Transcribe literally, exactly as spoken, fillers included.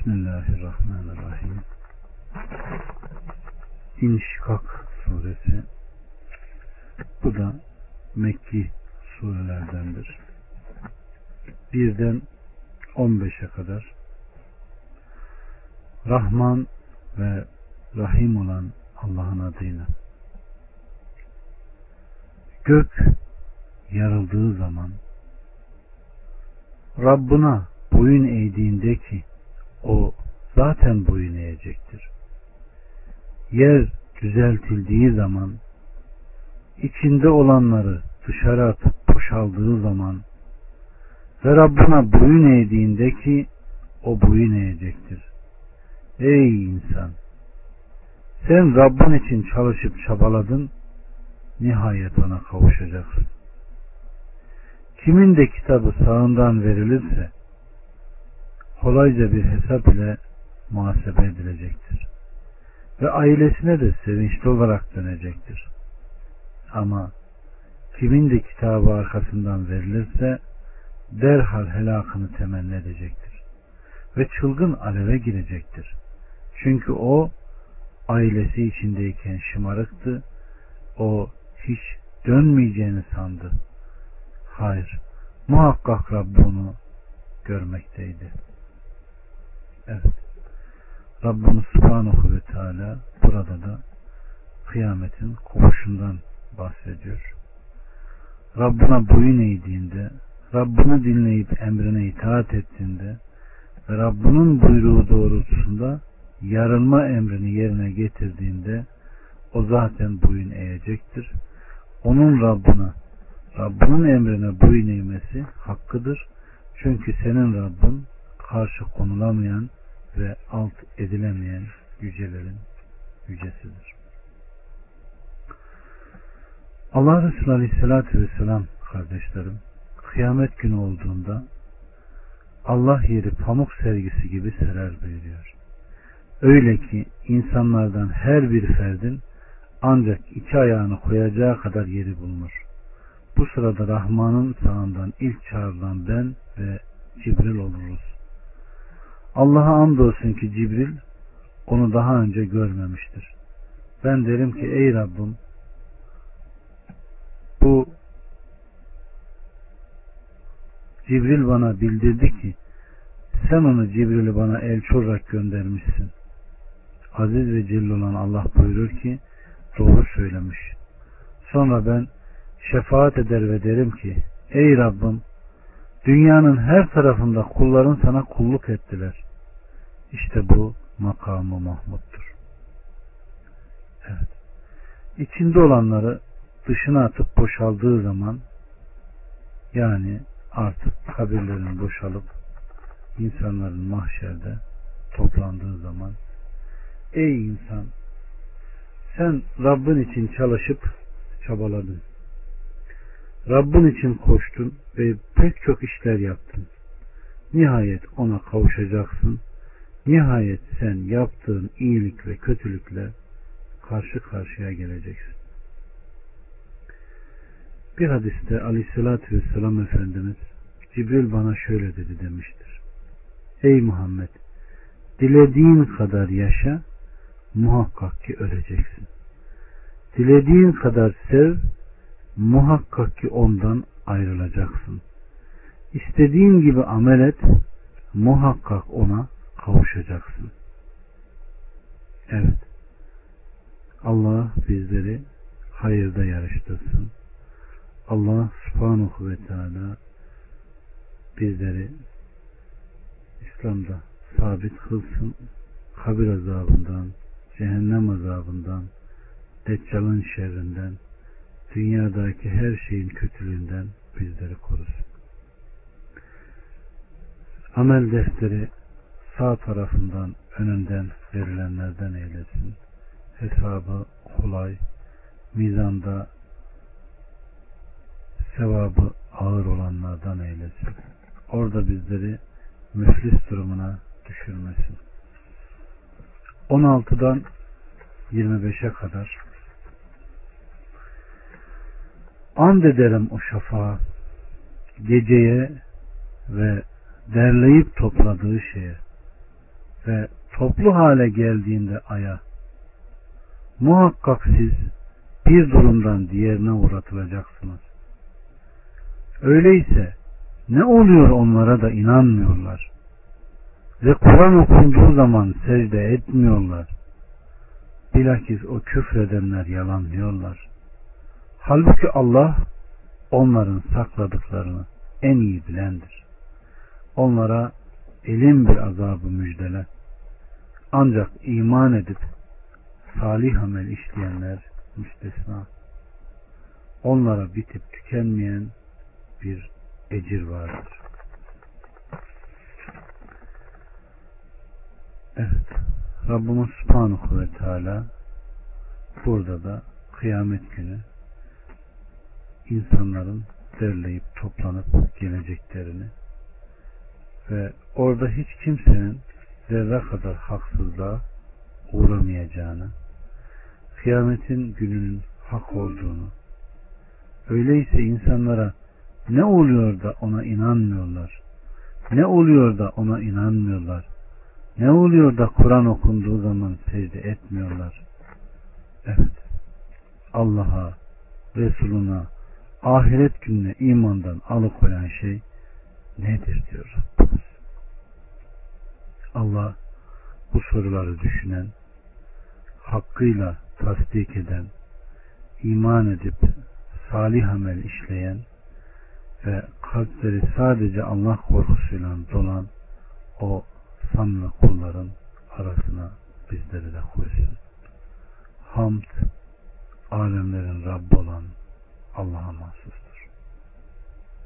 Bismillahirrahmanirrahim. İnşikak suresi. Bu da Mekki surelerdendir. Birden on beşe kadar Rahman ve Rahim olan Allah'ın adıyla. Gök yarıldığı zaman Rabbına boyun eğdiğinde ki o zaten boyun eğecektir. Yer düzeltildiği zaman, içinde olanları dışarı atıp boşaldığı zaman ve Rabbına boyun eğdiğinde ki o boyun eğecektir. Ey insan! Sen Rabbin için çalışıp çabaladın, nihayet ona kavuşacaksın. Kimin de kitabı sağından verilirse kolayca bir hesap ile muhasebe edilecektir. Ve ailesine de sevinçli olarak dönecektir. Ama kimin de kitabı arkasından verilirse derhal helakını temenni edecektir. Ve çılgın aleve girecektir. Çünkü o ailesi içindeyken şımarıktı. O hiç dönmeyeceğini sandı. Hayır, muhakkak Rabbi onu görmekteydi. Evet, Rabbimiz Subhanahu ve Teala burada da kıyametin kopuşundan bahsediyor. Rabbına boyun eğdiğinde, Rabbini dinleyip emrine itaat ettiğinde ve Rabbinin buyruğu doğrultusunda yarılma emrini yerine getirdiğinde o zaten boyun eğecektir. Onun Rabbına, Rabbinin emrine boyun eğmesi hakkıdır. Çünkü senin Rabbin karşı konulamayan ve alt edilemeyen yücelerin yücesidir. Allah Resulü Aleyhisselatü Vesselam kardeşlerim, kıyamet günü olduğunda Allah yeri pamuk sergisi gibi serer buyuruyor. Öyle ki insanlardan her bir ferdin ancak iki ayağını koyacağı kadar yeri bulunur. Bu sırada Rahman'ın sağından ilk çağrılan ben ve Cibril oluruz. Allah'a andolsun ki Cibril onu daha önce görmemiştir. Ben derim ki ey Rabbim, bu Cibril bana bildirdi ki sen onu Cibril'i bana elçi olarak göndermişsin. Aziz ve celil olan Allah buyurur ki doğru söylemiş. Sonra ben şefaat eder ve derim ki ey Rabbim, dünyanın her tarafında kulların sana kulluk ettiler. İşte bu makamı Mahmud'dur. Evet. İçinde olanları dışına atıp boşaldığı zaman, yani artık kabirlerin boşalıp insanların mahşerde toplandığı zaman, ey insan, sen Rabbin için çalışıp çabaladın. Rabbin için koştun ve pek çok işler yaptın. Nihayet ona kavuşacaksın. Nihayet sen yaptığın iyilik ve kötülükle karşı karşıya geleceksin. Bir hadiste Aleyhisselatü Vesselam Efendimiz Cibril bana şöyle dedi demiştir. Ey Muhammed, dilediğin kadar yaşa, muhakkak ki öleceksin. Dilediğin kadar sev, muhakkak ki ondan ayrılacaksın. İstediğin gibi amel et, muhakkak ona kavuşacaksın. Evet. Allah bizleri hayırda yarıştırsın. Allah Subhanahu ve Teala bizleri İslam'da sabit kılsın. Kabir azabından, cehennem azabından, Deccal'ın şerrinden, dünyadaki her şeyin kötülüğünden bizleri korusun. Amel defteri sağ tarafından, önünden verilenlerden eylesin. Hesabı kolay, mizanda sevabı ağır olanlardan eylesin. Orada bizleri müflis durumuna düşürmesin. on altıdan yirmi beşe kadar and ederim o şafağa, geceye ve derleyip topladığı şeye, ve toplu hale geldiğinde aya, muhakkak siz bir durumdan diğerine uğratılacaksınız. Öyleyse ne oluyor onlara da inanmıyorlar ve Kur'an okunduğu zaman secde etmiyorlar. Bilakis o küfredenler yalanlıyorlar. Halbuki Allah onların sakladıklarını en iyi bilendir. Onlara elin bir azabı müjdele. Ancak iman edip salih amel işleyenler müstesna. Onlara bitip tükenmeyen bir ecir vardır. Evet. Rabbimiz Subhanahu ve Teala burada da kıyamet günü insanların derleyip toplanıp geleceklerini ve orada hiç kimsenin zerre kadar haksızlığa uğramayacağını, kıyametin gününün hak olduğunu, öyleyse insanlara ne oluyor da ona inanmıyorlar, ne oluyor da ona inanmıyorlar, ne oluyor da Kur'an okunduğu zaman secde etmiyorlar. Evet, Allah'a, Resuluna, ahiret gününe imandan alıkoyan şey nedir diyor Rabbimiz. Allah bu soruları düşünen, hakkıyla tasdik eden, iman edip salih amel işleyen ve kalpleri sadece Allah korkusuyla dolan o samimi kulların arasına bizleri de koysun. Hamd, alemlerin Rabbi olan Allah'a mahsustur.